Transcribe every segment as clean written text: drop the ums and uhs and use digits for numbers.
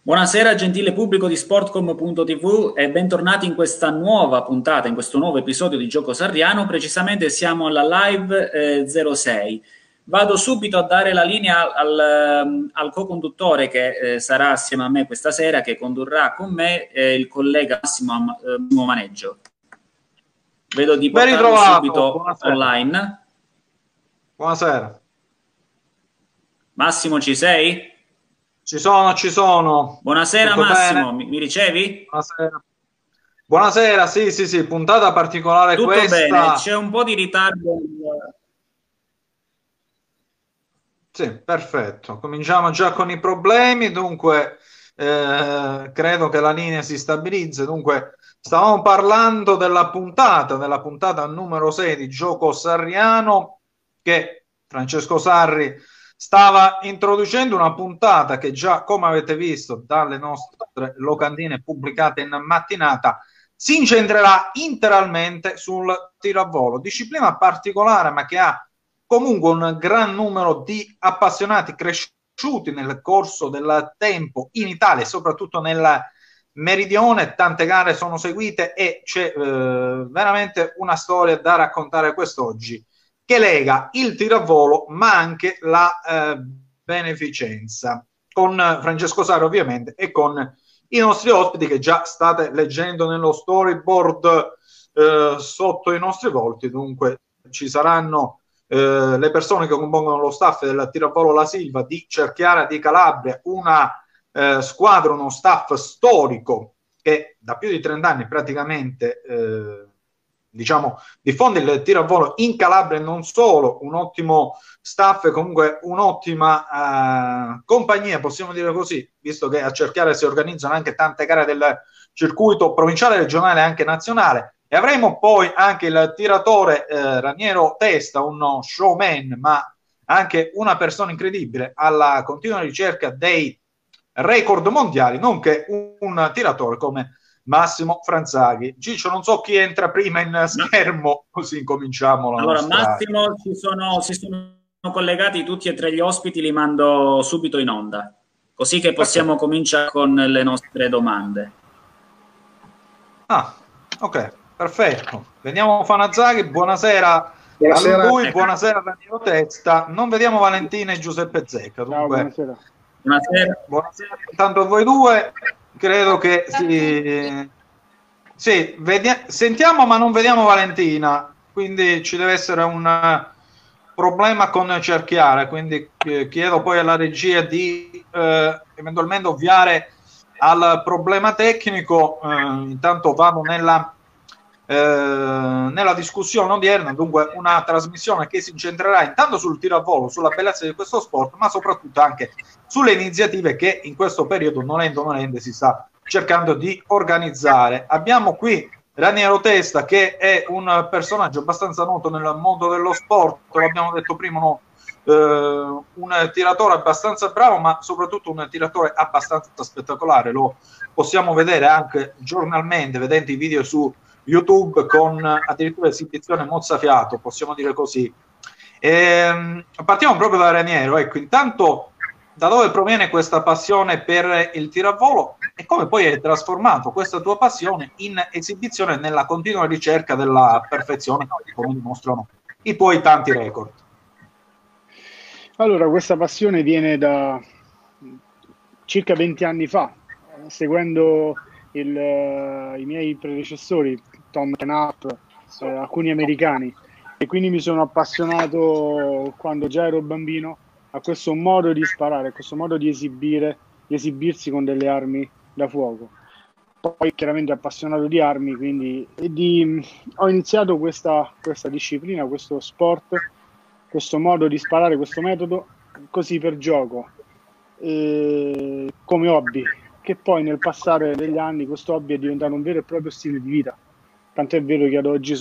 Buonasera gentile pubblico di Sportcom.tv e bentornati in questa nuova puntata, in questo nuovo episodio di Gioco Sarriano. Precisamente siamo alla live 06. Vado subito a dare la linea al co-conduttore che sarà assieme a me questa sera, che condurrà con me il collega Massimo Maneggio. Vedo di Ben portarlo ritrovato, subito buonasera. online. Buonasera. Massimo, ci sei? Ci sono. Buonasera Tutto bene? Massimo, mi ricevi? Buonasera. Buonasera, sì, puntata particolare Tutto bene, questa. c'è un po' di ritardo. Sì, perfetto. Cominciamo già con i problemi. Dunque, credo che la linea si stabilizzi. Dunque, stavamo parlando della puntata numero 6 di Gioco Sarriano, che Francesco Sarri stava introducendo una puntata che già, come avete visto dalle nostre locandine pubblicate in mattinata, si incentrerà interamente sul tiro a volo, disciplina particolare ma che ha comunque un gran numero di appassionati cresciuti nel corso del tempo in Italia e soprattutto nel meridione. Tante gare sono seguite e c'è veramente una storia da raccontare quest'oggi che lega il tiro a volo ma anche la beneficenza, con Francesco Sarri ovviamente e con i nostri ospiti che già state leggendo nello storyboard sotto i nostri volti. Dunque ci saranno le persone che compongono lo staff del tiro a volo La Silva di Cerchiara di Calabria, una squadra, uno staff storico che da più di 30 anni praticamente diciamo diffonde il tiro a volo in Calabria e non solo, un ottimo staff e comunque un'ottima compagnia, possiamo dire così, visto che a Cerchiara si organizzano anche tante gare del circuito provinciale, regionale e anche nazionale. E avremo poi anche il tiratore Raniero Testa, uno showman, ma anche una persona incredibile alla continua ricerca dei record mondiali, nonché un tiratore come Massimo Franzaghi. Ciccio, non so chi entra prima in schermo, così incominciamo la Allora, nostra. Massimo, si sono collegati tutti e tre gli ospiti, li mando subito in onda, così che possiamo Perfetto. cominciare con le nostre domande. Ah, ok, perfetto. Vediamo Fanazzaghi, buonasera a Buonasera. lui, Ecco. buonasera a Danilo Testa. Non vediamo Valentina e Giuseppe Zecca, Ciao, dunque buonasera. Buonasera. buonasera intanto a voi due. Credo che sì, sentiamo ma non vediamo Valentina, quindi ci deve essere un problema con Cerchiara, quindi chiedo poi alla regia di eventualmente ovviare al problema tecnico. Intanto vado nella discussione odierna, dunque una trasmissione che si incentrerà intanto sul tiro a volo, sulla bellezza di questo sport, ma soprattutto anche sulle iniziative che in questo periodo, nolendo nolende, si sta cercando di organizzare. Abbiamo qui Raniero Testa, che è un personaggio abbastanza noto nel mondo dello sport, l'abbiamo detto prima, un tiratore abbastanza bravo, ma soprattutto un tiratore abbastanza spettacolare. Lo possiamo vedere anche giornalmente, vedendo i video su YouTube con addirittura esibizione mozzafiato, possiamo dire così. Partiamo proprio da Raniero. Ecco, intanto da dove proviene questa passione per il tiro a volo e come poi hai trasformato questa tua passione in esibizione nella continua ricerca della perfezione, come dimostrano i tuoi tanti record? Allora, questa passione viene da circa 20 anni fa, seguendo i miei predecessori, Tom Knapp, alcuni americani, e quindi mi sono appassionato quando già ero bambino a questo modo di sparare, a questo modo di esibirsi con delle armi da fuoco. Poi chiaramente appassionato di armi, quindi ho iniziato questa disciplina, questo sport, questo modo di sparare, questo metodo, così per gioco, come hobby, che poi nel passare degli anni questo hobby è diventato un vero e proprio stile di vita. Tant'è vero che ad oggi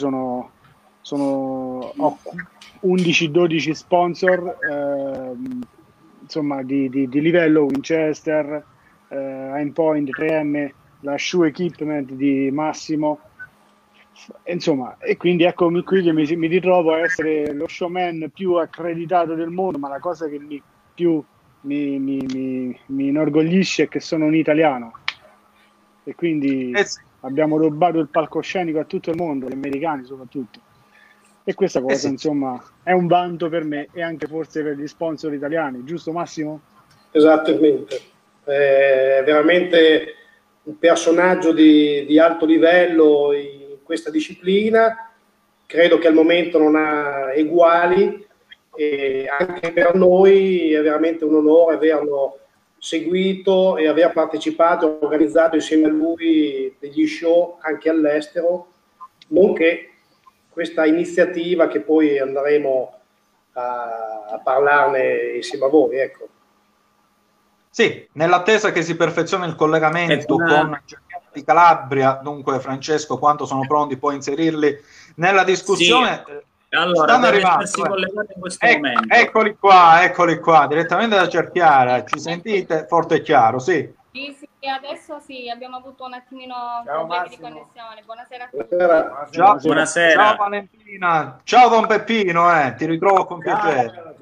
ho 11-12 sponsor, insomma, di livello: Winchester, Aimpoint, 3M, la Shoe Equipment di Massimo, insomma, e quindi eccomi qui che mi ritrovo a essere lo showman più accreditato del mondo, ma la cosa che più mi inorgoglisce che sono un italiano e quindi abbiamo rubato il palcoscenico a tutto il mondo, gli americani soprattutto, e questa cosa insomma è un vanto per me e anche forse per gli sponsor italiani, giusto Massimo? Esattamente, è veramente un personaggio di alto livello in questa disciplina, credo che al momento non ha eguali, e anche per noi è veramente un onore averlo seguito e aver partecipato e organizzato insieme a lui degli show anche all'estero, nonché questa iniziativa che poi andremo a parlarne insieme a voi, ecco. Sì, nell'attesa che si perfezioni il collegamento con Cerchiara di Calabria, dunque Francesco, quanto sono pronti poi a inserirli nella discussione? Sì. Allora, stanno arrivando, in questo momento. Eccoli qua, direttamente da Cerchiara, ci sentite forte e chiaro, sì. Sì, adesso sì, abbiamo avuto un attimino problemi di connessione. Buonasera a tutti. Buonasera. Ciao Valentina, ciao Don Peppino, ti ritrovo con piacere.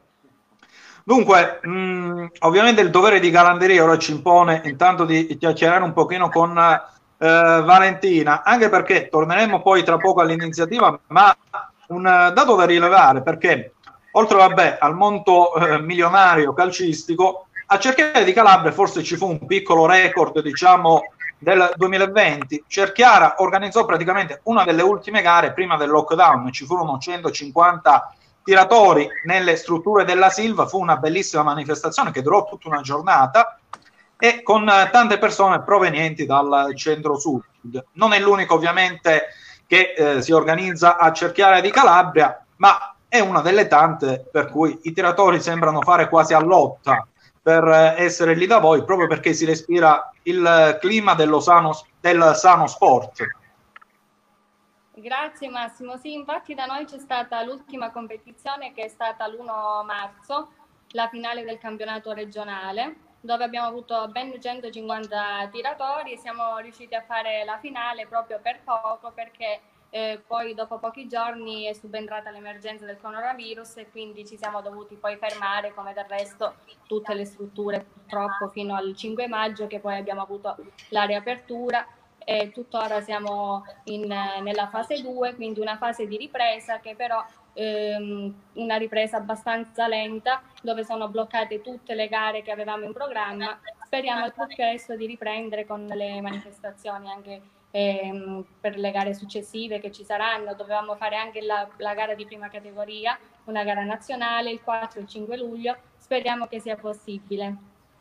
Dunque, ovviamente il dovere di galanteria ora ci impone intanto di chiacchierare un pochino con Valentina, anche perché torneremo poi tra poco all'iniziativa, ma un dato da rilevare, perché oltre al monto milionario calcistico, a Cerchiara di Calabria forse ci fu un piccolo record, diciamo, del 2020. Cerchiara organizzò praticamente una delle ultime gare prima del lockdown, ci furono 150 tiratori nelle strutture della Silva, fu una bellissima manifestazione che durò tutta una giornata e con tante persone provenienti dal centro-sud. Non è l'unico ovviamente che si organizza a Cerchiara di Calabria, ma è una delle tante per cui i tiratori sembrano fare quasi a lotta per essere lì da voi, proprio perché si respira il clima del sano sport. Grazie Massimo, sì, infatti da noi c'è stata l'ultima competizione che è stata l'1 marzo, la finale del campionato regionale, dove abbiamo avuto ben 150 tiratori e siamo riusciti a fare la finale proprio per poco, perché poi dopo pochi giorni è subentrata l'emergenza del coronavirus e quindi ci siamo dovuti poi fermare, come del resto tutte le strutture purtroppo, fino al 5 maggio che poi abbiamo avuto la riapertura. E tuttora siamo nella fase 2, quindi una fase di ripresa che però una ripresa abbastanza lenta, dove sono bloccate tutte le gare che avevamo in programma. Speriamo al più presto di riprendere con le manifestazioni anche per le gare successive che ci saranno. Dovevamo fare anche la gara di prima categoria, una gara nazionale il 4 e il 5 luglio, speriamo che sia possibile.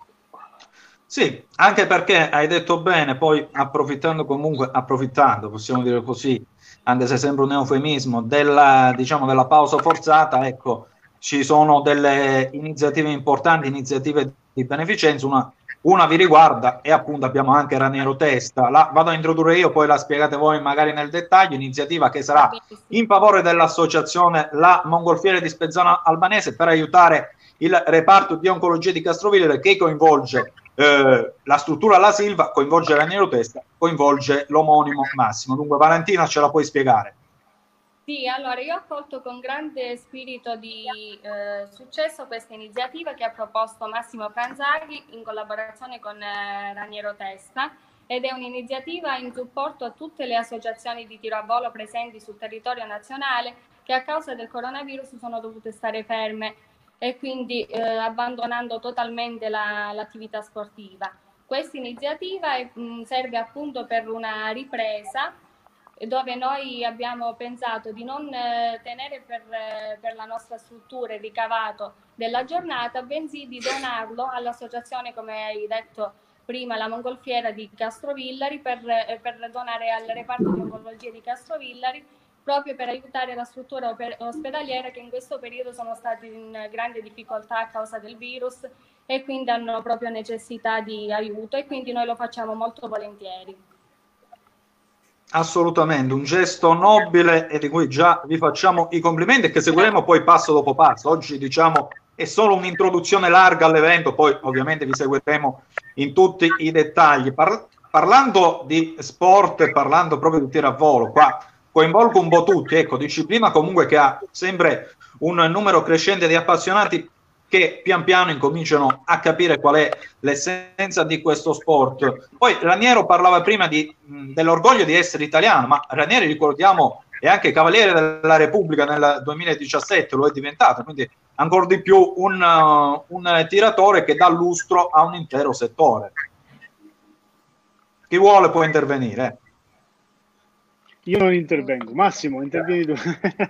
Sì, anche perché hai detto bene, poi approfittando, possiamo dire così, anche se sembra un eufemismo, della pausa forzata, ecco, ci sono delle iniziative importanti, iniziative di beneficenza, una vi riguarda e appunto abbiamo anche Raniero Testa, la vado a introdurre io, poi la spiegate voi magari nel dettaglio, iniziativa che sarà in favore dell'associazione La Mongolfiere di Spezzano Albanese per aiutare il reparto di oncologia di Castrovillari, che coinvolge la struttura La Silva, coinvolge Raniero Testa, coinvolge l'omonimo Massimo. Dunque Valentina, ce la puoi spiegare? Sì, allora io ho accolto con grande spirito di successo questa iniziativa che ha proposto Massimo Franzaghi in collaborazione con Raniero Testa, ed è un'iniziativa in supporto a tutte le associazioni di tiro a volo presenti sul territorio nazionale che a causa del coronavirus sono dovute stare ferme e quindi abbandonando totalmente l'attività sportiva. Questa iniziativa serve appunto per una ripresa, dove noi abbiamo pensato di non tenere per la nostra struttura il ricavato della giornata, bensì di donarlo all'associazione, come hai detto prima, La Mongolfiera di Castrovillari, per donare al reparto di oncologia di Castrovillari, proprio per aiutare la struttura ospedaliera che in questo periodo sono stati in grande difficoltà a causa del virus e quindi hanno proprio necessità di aiuto, e quindi noi lo facciamo molto volentieri. Assolutamente, un gesto nobile e di cui già vi facciamo i complimenti e che seguiremo poi passo dopo passo. Oggi è solo un'introduzione larga all'evento, poi ovviamente vi seguiremo in tutti i dettagli. Parlando di sport, parlando proprio di tiro a volo, qua coinvolgo un po' tutti, ecco, disciplina comunque che ha sempre un numero crescente di appassionati che pian piano incominciano a capire qual è l'essenza di questo sport. Poi Raniero parlava prima dell'orgoglio di essere italiano, ma Ranieri, ricordiamo, è anche Cavaliere della Repubblica nel 2017, lo è diventato, quindi ancora di più un tiratore che dà lustro a un intero settore. Chi vuole può intervenire. Io non intervengo. Massimo, intervieni tu.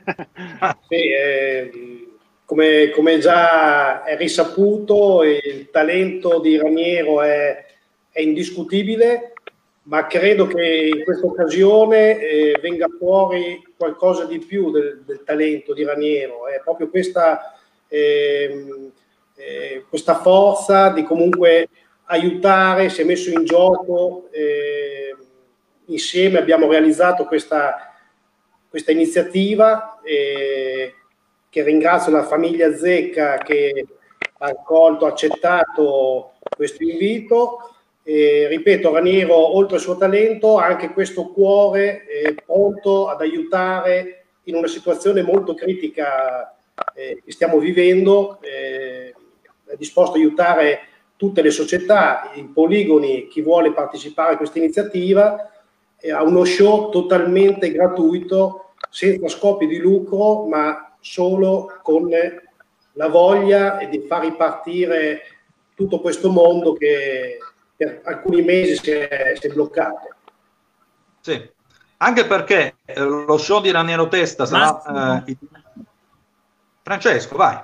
Sì, come già è risaputo, il talento di Raniero è indiscutibile, ma credo che in questa occasione venga fuori qualcosa di più del talento di Raniero. È proprio questa forza di comunque aiutare, si è messo in gioco, insieme abbiamo realizzato questa iniziativa, che ringrazio la famiglia Zecca che ha accettato questo invito. Ripeto, Raniero, oltre al suo talento, ha anche questo cuore pronto ad aiutare in una situazione molto critica che stiamo vivendo, è disposto a aiutare tutte le società, i poligoni, chi vuole partecipare a questa iniziativa, a uno show totalmente gratuito, senza scopi di lucro, ma solo con la voglia di far ripartire tutto questo mondo che per alcuni mesi si è bloccato. Sì, anche perché lo show di Raniero Testa sarà... Francesco, vai.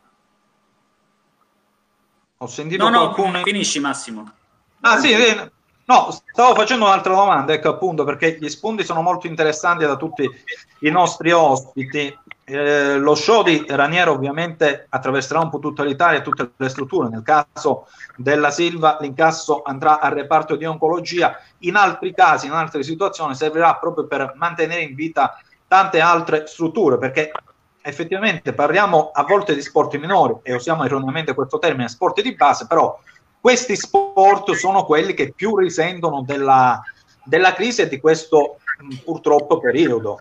Ho sentito qualcuno... Finisci, Massimo. Ah sì, no, stavo facendo un'altra domanda, ecco, appunto, perché gli spunti sono molto interessanti da tutti i nostri ospiti. Lo show di Raniero ovviamente attraverserà un po' tutta l'Italia e tutte le strutture. Nel caso della Silva l'incasso andrà al reparto di oncologia, in altri casi, in altre situazioni servirà proprio per mantenere in vita tante altre strutture, perché effettivamente parliamo a volte di sport minori e usiamo erroneamente questo termine, sport di base, però questi sport sono quelli che più risentono della crisi e di questo purtroppo periodo.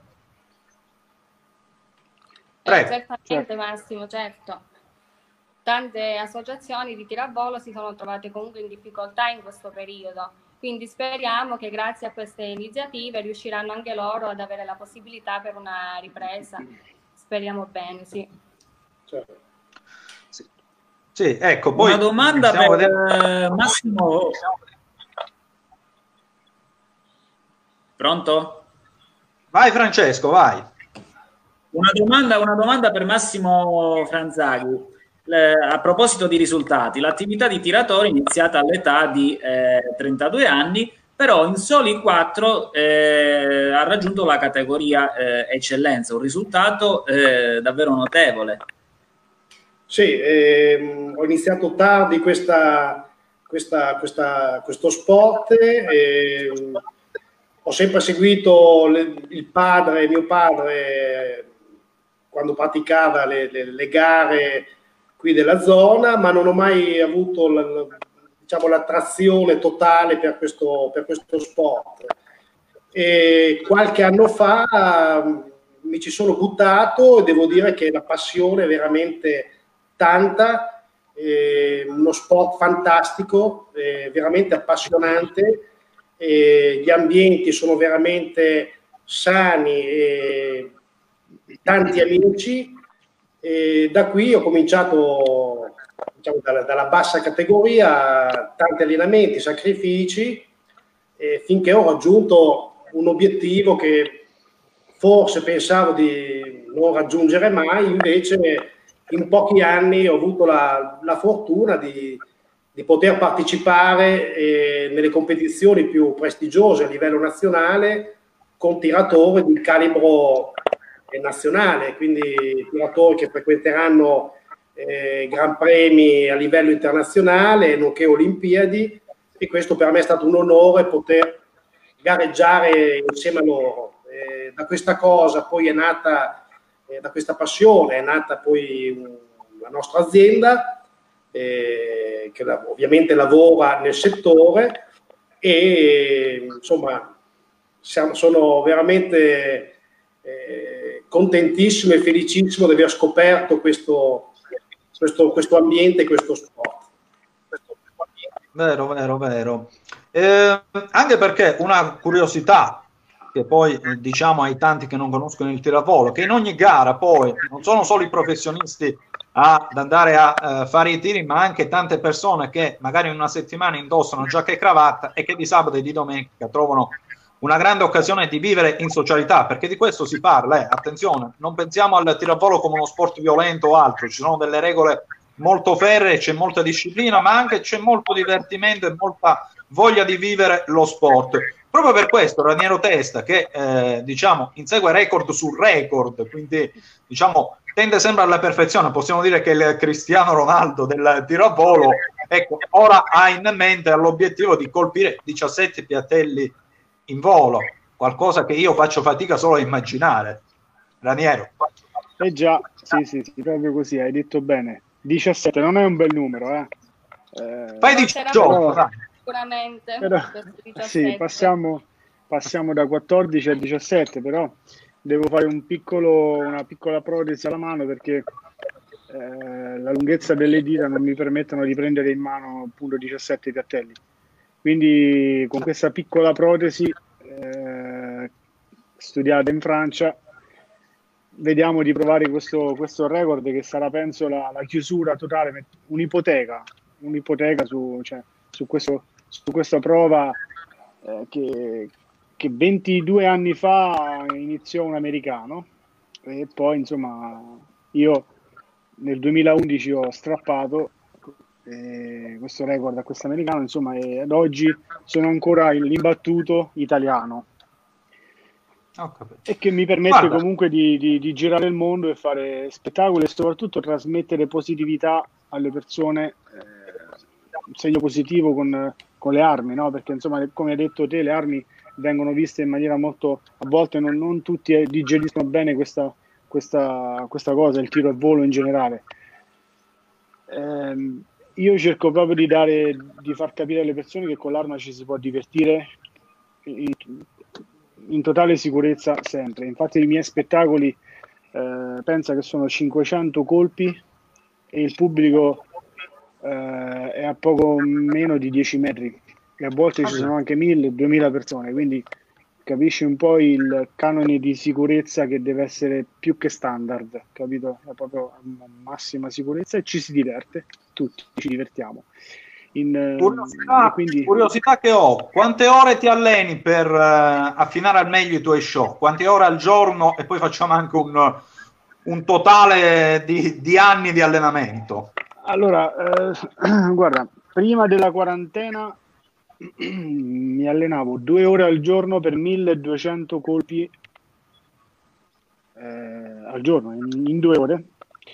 Certamente, Massimo, certo. Tante associazioni di tiravolo si sono trovate comunque in difficoltà in questo periodo, quindi speriamo che grazie a queste iniziative riusciranno anche loro ad avere la possibilità per una ripresa. Speriamo bene, sì. Certo. Sì, ecco, poi una domanda per Massimo. Pronto? Vai Francesco, vai. Una domanda per Massimo Franzaghi. A proposito di risultati, l'attività di tiratore è iniziata all'età di 32 anni, però in soli 4 ha raggiunto la categoria eccellenza, un risultato davvero notevole. Sì, ho iniziato tardi questo sport, ho sempre seguito mio padre quando praticava le gare qui della zona, ma non ho mai avuto l'attrazione totale per questo sport. E qualche anno fa mi ci sono buttato e devo dire che la passione è veramente tanta, uno sport fantastico, veramente appassionante, gli ambienti sono veramente sani, tanti amici, e da qui ho cominciato dalla bassa categoria, tanti allenamenti, sacrifici, finché ho raggiunto un obiettivo che forse pensavo di non raggiungere mai, invece in pochi anni ho avuto la fortuna di poter partecipare nelle competizioni più prestigiose a livello nazionale con tiratori di calibro nazionale, quindi tiratori che frequenteranno gran premi a livello internazionale, nonché Olimpiadi, e questo per me è stato un onore poter gareggiare insieme a loro. Da questa cosa poi è nata, da questa passione è nata poi la nostra azienda, che ovviamente lavora nel settore, e insomma sono veramente contentissimo e felicissimo di aver scoperto questo questo ambiente, questo sport. Vero. Anche perché una curiosità che poi diciamo ai tanti che non conoscono il tiro a volo, che in ogni gara poi non sono solo i professionisti ad andare a fare i tiri, ma anche tante persone che magari in una settimana indossano giacca e cravatta e che di sabato e di domenica trovano una grande occasione di vivere in socialità, perché di questo si parla. Attenzione, non pensiamo al tiro a volo come uno sport violento o altro, ci sono delle regole molto ferree, c'è molta disciplina, ma anche c'è molto divertimento e molta voglia di vivere lo sport. Proprio per questo Raniero Testa, che diciamo insegue record su record, quindi diciamo tende sempre alla perfezione, possiamo dire che il Cristiano Ronaldo del tiro a volo, ecco, ora ha in mente l'obiettivo di colpire 17 piattelli in volo, qualcosa che io faccio fatica solo a immaginare. Raniero. Già, sì, proprio così, hai detto bene. 17 non è un bel numero, Fai 18, sicuramente. Però, sì, passiamo da 14 a 17, però devo fare una piccola protesi alla mano perché la lunghezza delle dita non mi permettono di prendere in mano appunto 17 piattelli. Quindi con questa piccola protesi studiata in Francia vediamo di provare questo record che sarà penso la chiusura totale, un'ipoteca su questa prova che 22 anni fa iniziò un americano e poi insomma io nel 2011 ho strappato questo record a questo americano, insomma, e ad oggi sono ancora l'imbattuto italiano. E che mi permette comunque di girare il mondo e fare spettacoli e soprattutto trasmettere positività alle persone, un segno positivo con le armi, no? Perché insomma, come hai detto te, le armi vengono viste in maniera molto, a volte non tutti digeriscono bene questa cosa, il tiro a volo in generale. Io cerco proprio di far capire alle persone che con l'arma ci si può divertire in totale sicurezza sempre. Infatti i miei spettacoli pensa che sono 500 colpi e il pubblico è a poco meno di 10 metri e a volte ci sono anche 1000-2000 persone, quindi capisci un po' il canone di sicurezza che deve essere più che standard, capito? È proprio a massima sicurezza e ci si diverte, tutti ci divertiamo. Curiosità che ho, quante ore ti alleni per affinare al meglio i tuoi show? Quante ore al giorno? E poi facciamo anche un totale di anni di allenamento. Allora, guarda, prima della quarantena mi allenavo 2 ore al giorno per 1200 colpi al giorno, in 2 ore.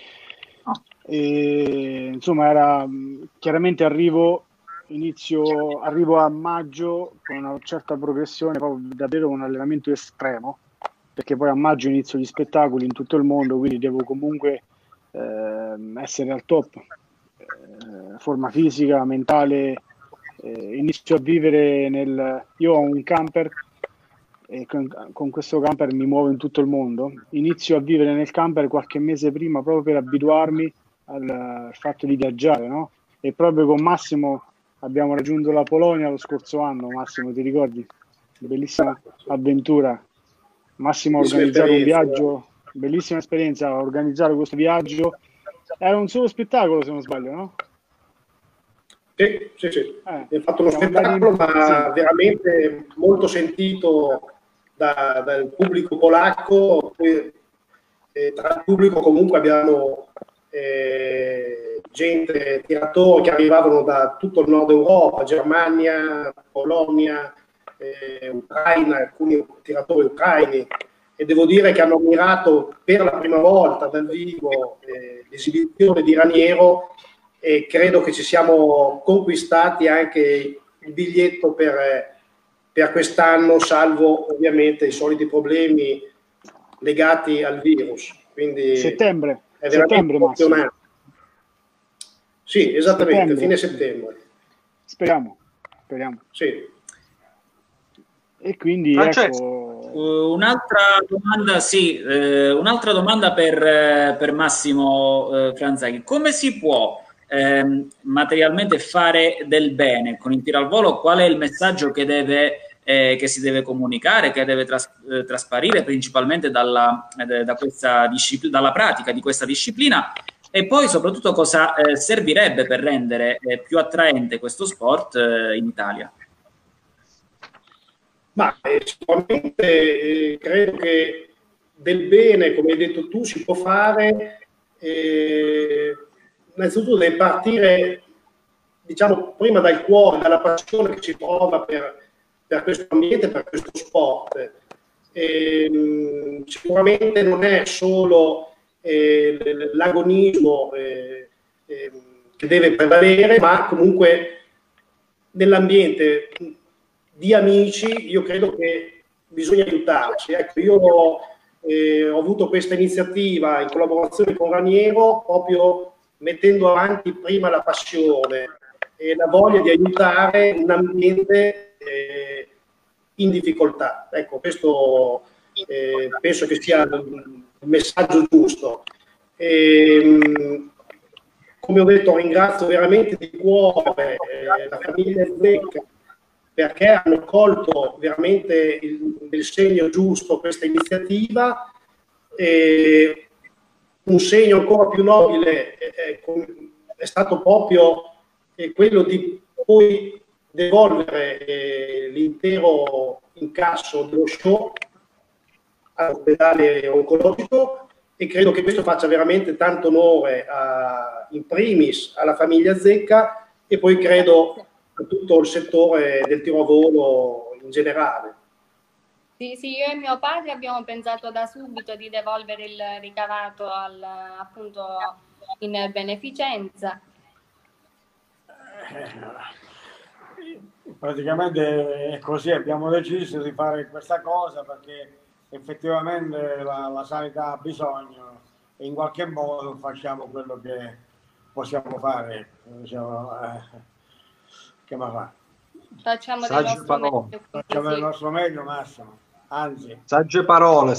E, insomma, chiaramente arrivo a maggio con una certa progressione, proprio davvero un allenamento estremo, perché poi a maggio inizio gli spettacoli in tutto il mondo, quindi devo comunque essere al top, forma fisica, mentale. Inizio a vivere io ho un camper e con questo camper mi muovo in tutto il mondo. Inizio a vivere nel camper qualche mese prima proprio per abituarmi al fatto di viaggiare, no? E proprio con Massimo abbiamo raggiunto la Polonia lo scorso anno. Massimo, ti ricordi? Bellissima avventura. Massimo ha organizzato un viaggio, bellissima esperienza, ha organizzato questo viaggio. Era un solo spettacolo, se non sbaglio, no? Sì. Ha fatto uno spettacolo, ma veramente molto sentito dal pubblico polacco. Tra il pubblico comunque abbiamo gente, tiratori che arrivavano da tutto il nord Europa, Germania, Polonia, Ucraina, alcuni tiratori ucraini, e devo dire che hanno ammirato per la prima volta dal vivo l'esibizione di Raniero, e credo che ci siamo conquistati anche il biglietto per quest'anno, salvo ovviamente i soliti problemi legati al virus. Quindi settembre emozionante. Sì, esattamente, fine settembre. Speriamo. Sì. E quindi ecco, Un'altra domanda per Massimo Franzaghi. Come si può materialmente fare del bene con il tiro al volo? Qual è il messaggio che si deve comunicare, che deve trasparire principalmente dalla pratica di questa disciplina? E poi soprattutto cosa servirebbe per rendere più attraente questo sport in Italia? Ma sicuramente credo che del bene, come hai detto tu, si può fare, innanzitutto deve partire, diciamo, prima dal cuore, dalla passione che si prova per questo ambiente, per questo sport. Sicuramente non è solo l'agonismo che deve prevalere, ma comunque nell'ambiente di amici io credo che bisogna aiutarci. Ecco, io ho avuto questa iniziativa in collaborazione con Raniero proprio mettendo avanti prima la passione e la voglia di aiutare un ambiente in difficoltà. Ecco, questo penso che sia il messaggio giusto. Come ho detto, ringrazio veramente di cuore la famiglia Zecca, perché hanno colto veramente il segno giusto questa iniziativa. Un segno ancora più nobile è stato proprio quello di poi devolvere l'intero incasso dello show all'ospedale oncologico, e credo che questo faccia veramente tanto onore in primis alla famiglia Zecca e poi credo a tutto il settore del tiro a volo in generale. Sì, io e mio padre abbiamo pensato da subito di devolvere il ricavato appunto in beneficenza. Praticamente è così, abbiamo deciso di fare questa cosa perché effettivamente la sanità ha bisogno e in qualche modo facciamo quello che possiamo fare. Diciamo, che ma fa? Facciamo del nostro meglio, Massimo. Anzi. Sagge parole.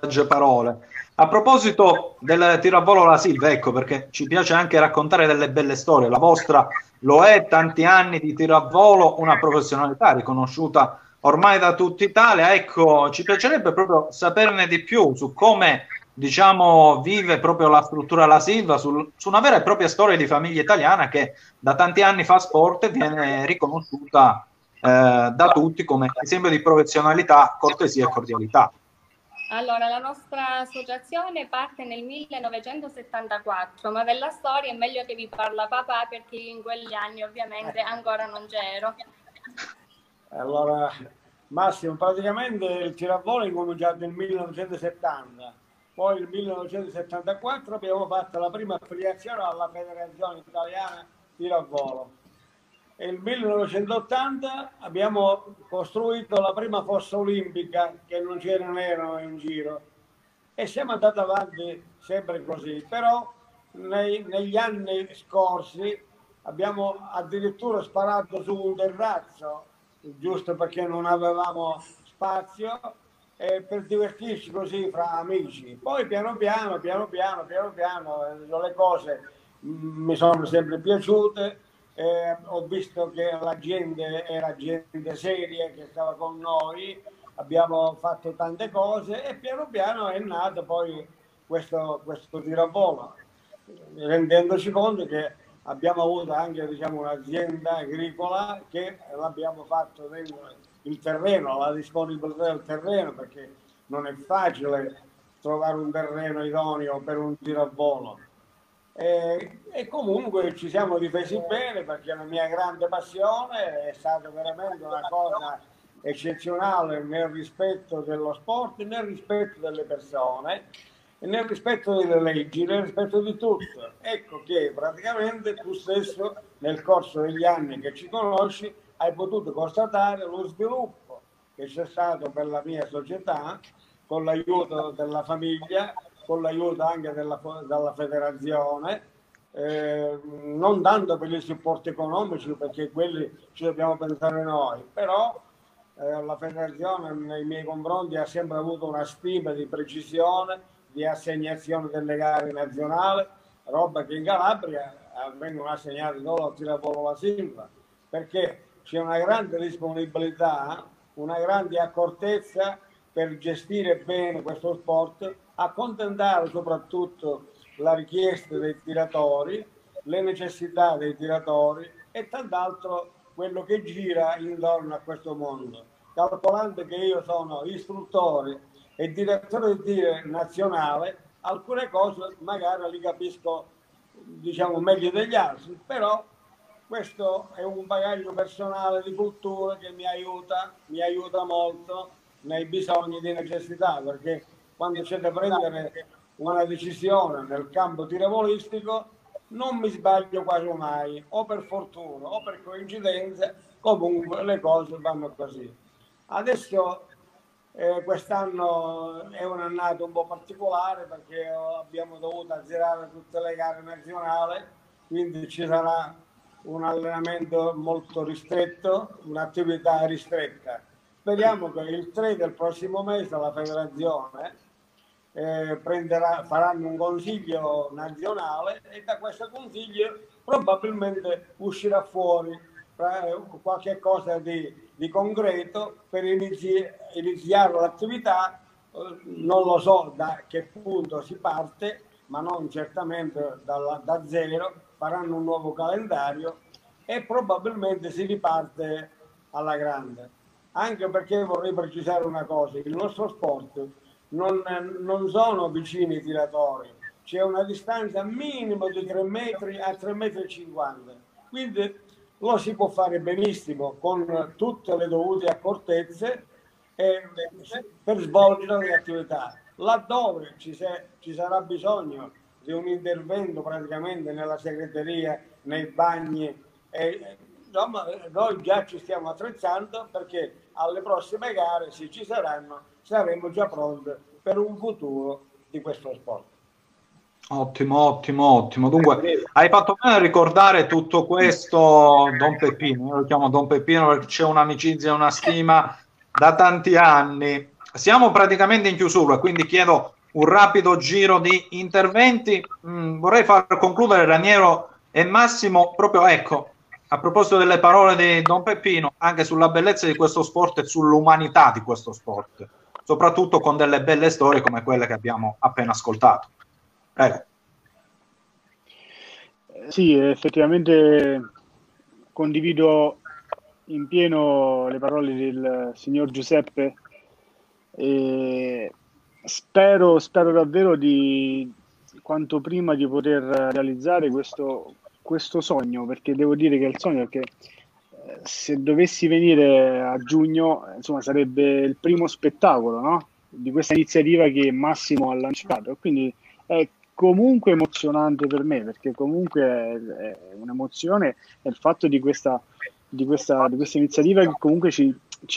A proposito del tiro a volo alla Silva, ecco, perché ci piace anche raccontare delle belle storie. La vostra lo è, tanti anni di tiro a volo, una professionalità riconosciuta ormai da tutta Italia. Ecco, ci piacerebbe proprio saperne di più su come, diciamo, vive proprio la struttura La Silva, su una vera e propria storia di famiglia italiana che da tanti anni fa sport e viene riconosciuta da tutti come esempio di professionalità, cortesia e cordialità. Allora, la nostra associazione parte nel 1974, ma della storia è meglio che vi parla papà, perché in quegli anni ovviamente ancora non c'ero. Allora, Massimo, praticamente il tiro a volo è cominciato nel 1970, poi nel 1974 abbiamo fatto la prima affiliazione alla Federazione Italiana Tiro a Volo. E nel 1980 abbiamo costruito la prima fossa olimpica, che non c'erano in giro, e siamo andati avanti sempre così. Però negli anni scorsi abbiamo addirittura sparato su un terrazzo, giusto perché non avevamo spazio, per divertirci così fra amici. Poi piano piano le cose mi sono sempre piaciute. Ho visto che la gente era gente seria che stava con noi, abbiamo fatto tante cose e piano piano è nato poi questo tiro a volo, rendendoci conto che abbiamo avuto anche, diciamo, un'azienda agricola che l'abbiamo fatto il terreno, la disponibilità del terreno, perché non è facile trovare un terreno idoneo per un tiro a volo. E comunque ci siamo difesi bene, perché la mia grande passione è stata veramente una cosa eccezionale nel rispetto dello sport, nel rispetto delle persone, nel rispetto delle leggi, nel rispetto di tutto. Ecco che praticamente tu stesso nel corso degli anni che ci conosci hai potuto constatare lo sviluppo che c'è stato per la mia società, con l'aiuto della famiglia, con l'aiuto anche della federazione, non tanto per i supporti economici, perché quelli ci dobbiamo pensare noi, però la federazione nei miei confronti ha sempre avuto una stima di precisione, di assegnazione delle gare nazionali, roba che in Calabria vengono assegnate solo al Tirapolo La Silva, perché c'è una grande disponibilità, una grande accortezza per gestire bene questo sport, accontentare soprattutto la richiesta dei tiratori, le necessità dei tiratori e tant'altro quello che gira intorno a questo mondo. Calcolando che io sono istruttore e direttore di tiro nazionale, alcune cose magari li capisco, diciamo, meglio degli altri, però questo è un bagaglio personale di cultura che mi aiuta molto nei bisogni di necessità, perché quando c'è da prendere una decisione nel campo tiravolistico non mi sbaglio quasi mai, o per fortuna o per coincidenza, comunque le cose vanno così. Adesso quest'anno è un'annata un po' particolare perché abbiamo dovuto azzerare tutte le gare nazionali, quindi ci sarà un allenamento molto ristretto, un'attività ristretta. Speriamo che il 3 del prossimo mese la federazione faranno un consiglio nazionale e da questo consiglio probabilmente uscirà fuori qualche cosa di concreto per iniziare l'attività. Non lo so da che punto si parte, ma non certamente da zero. Faranno un nuovo calendario e probabilmente si riparte alla grande, anche perché vorrei precisare una cosa: il nostro sport non sono vicini i tiratori, c'è una distanza minima di 3 metri a 3,50 metri, quindi lo si può fare benissimo con tutte le dovute accortezze per svolgere le attività. Laddove ci sarà bisogno di un intervento praticamente nella segreteria, nei bagni, insomma, noi già ci stiamo attrezzando perché alle prossime gare, se ci saranno, saremo già pronti per un futuro di questo sport. Ottimo. Dunque, hai fatto bene a ricordare tutto questo, Don Peppino. Io lo chiamo Don Peppino perché c'è un'amicizia e una stima da tanti anni. Siamo praticamente in chiusura, quindi chiedo un rapido giro di interventi. Vorrei far concludere Raniero e Massimo proprio, ecco, a proposito delle parole di Don Peppino, anche sulla bellezza di questo sport e sull'umanità di questo sport, soprattutto con delle belle storie come quelle che abbiamo appena ascoltato. Prego. Sì, effettivamente condivido in pieno le parole del signor Giuseppe e spero davvero di quanto prima di poter realizzare questo sogno, perché devo dire che è il sogno, perché se dovessi venire a giugno, insomma, sarebbe il primo spettacolo, no? Di questa iniziativa che Massimo ha lanciato, quindi è comunque emozionante per me, perché comunque è un'emozione è il fatto di questa iniziativa che comunque mi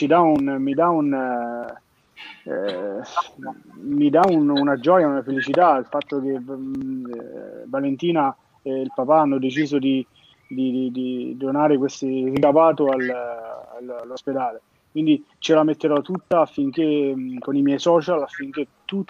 dà una gioia, una felicità, il fatto che Valentina e il papà hanno deciso di donare questi ricavato all'ospedale. Quindi ce la metterò tutta affinché, con i miei social, affinché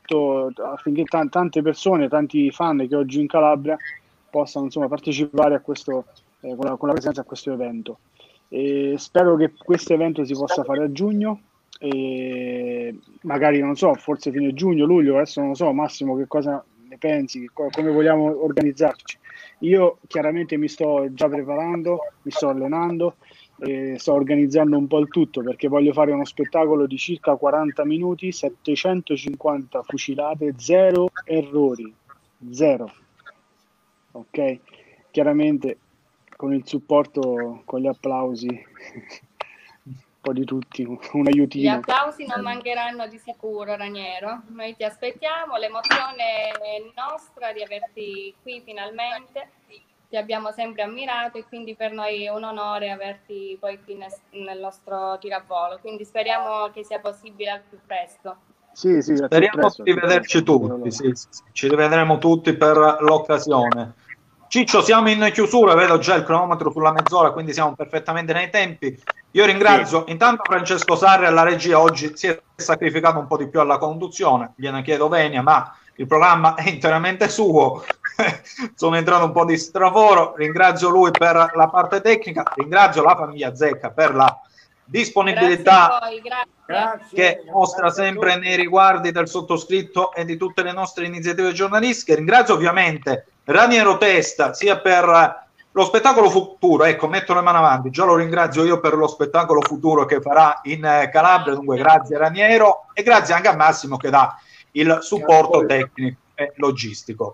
tante persone, tanti fan che oggi in Calabria possano, insomma, partecipare a questo, con la presenza a questo evento. E spero che questo evento si possa fare a giugno, e magari, non so, forse fine giugno, luglio, adesso non so, Massimo, che cosa ne pensi, come vogliamo organizzarci. Io chiaramente mi sto già preparando, mi sto allenando e sto organizzando un po' il tutto, perché voglio fare uno spettacolo di circa 40 minuti, 750 fucilate, 0 errori, 0. Ok? Chiaramente con il supporto, con gli applausi un po' di tutti, un aiutino. Gli applausi non mancheranno di sicuro, Raniero. Noi ti aspettiamo, l'emozione è nostra di averti qui finalmente. Ti abbiamo sempre ammirato e quindi per noi è un onore averti poi qui nel nostro tiravolo. Quindi speriamo che sia possibile al più presto. Sì, speriamo di vederci tutti. Sì. Ci rivedremo tutti per l'occasione. Ciccio, siamo in chiusura, vedo già il cronometro sulla mezz'ora, quindi siamo perfettamente nei tempi. Io ringrazio intanto Francesco Sarri alla regia, oggi si è sacrificato un po' di più alla conduzione, gliene chiedo venia, ma il programma è interamente suo. Sono entrato un po' di straforo, ringrazio lui per la parte tecnica, ringrazio la famiglia Zecca per la disponibilità che mostra sempre nei riguardi del sottoscritto e di tutte le nostre iniziative giornalistiche. Ringrazio ovviamente Raniero Testa sia per lo spettacolo futuro, ecco, metto le mani avanti, già lo ringrazio io per lo spettacolo futuro che farà in Calabria, dunque grazie Raniero, e grazie anche a Massimo che dà il supporto tecnico e logistico.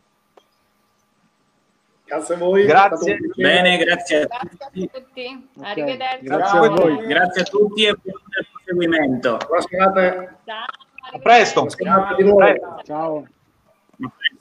Grazie a voi. Grazie. Bene, grazie a tutti. Okay. Arrivederci. Grazie a voi. Grazie a tutti e buon proseguimento. Buona serata. Ciao, A presto. Buona serata di nuovo. Ciao. A presto.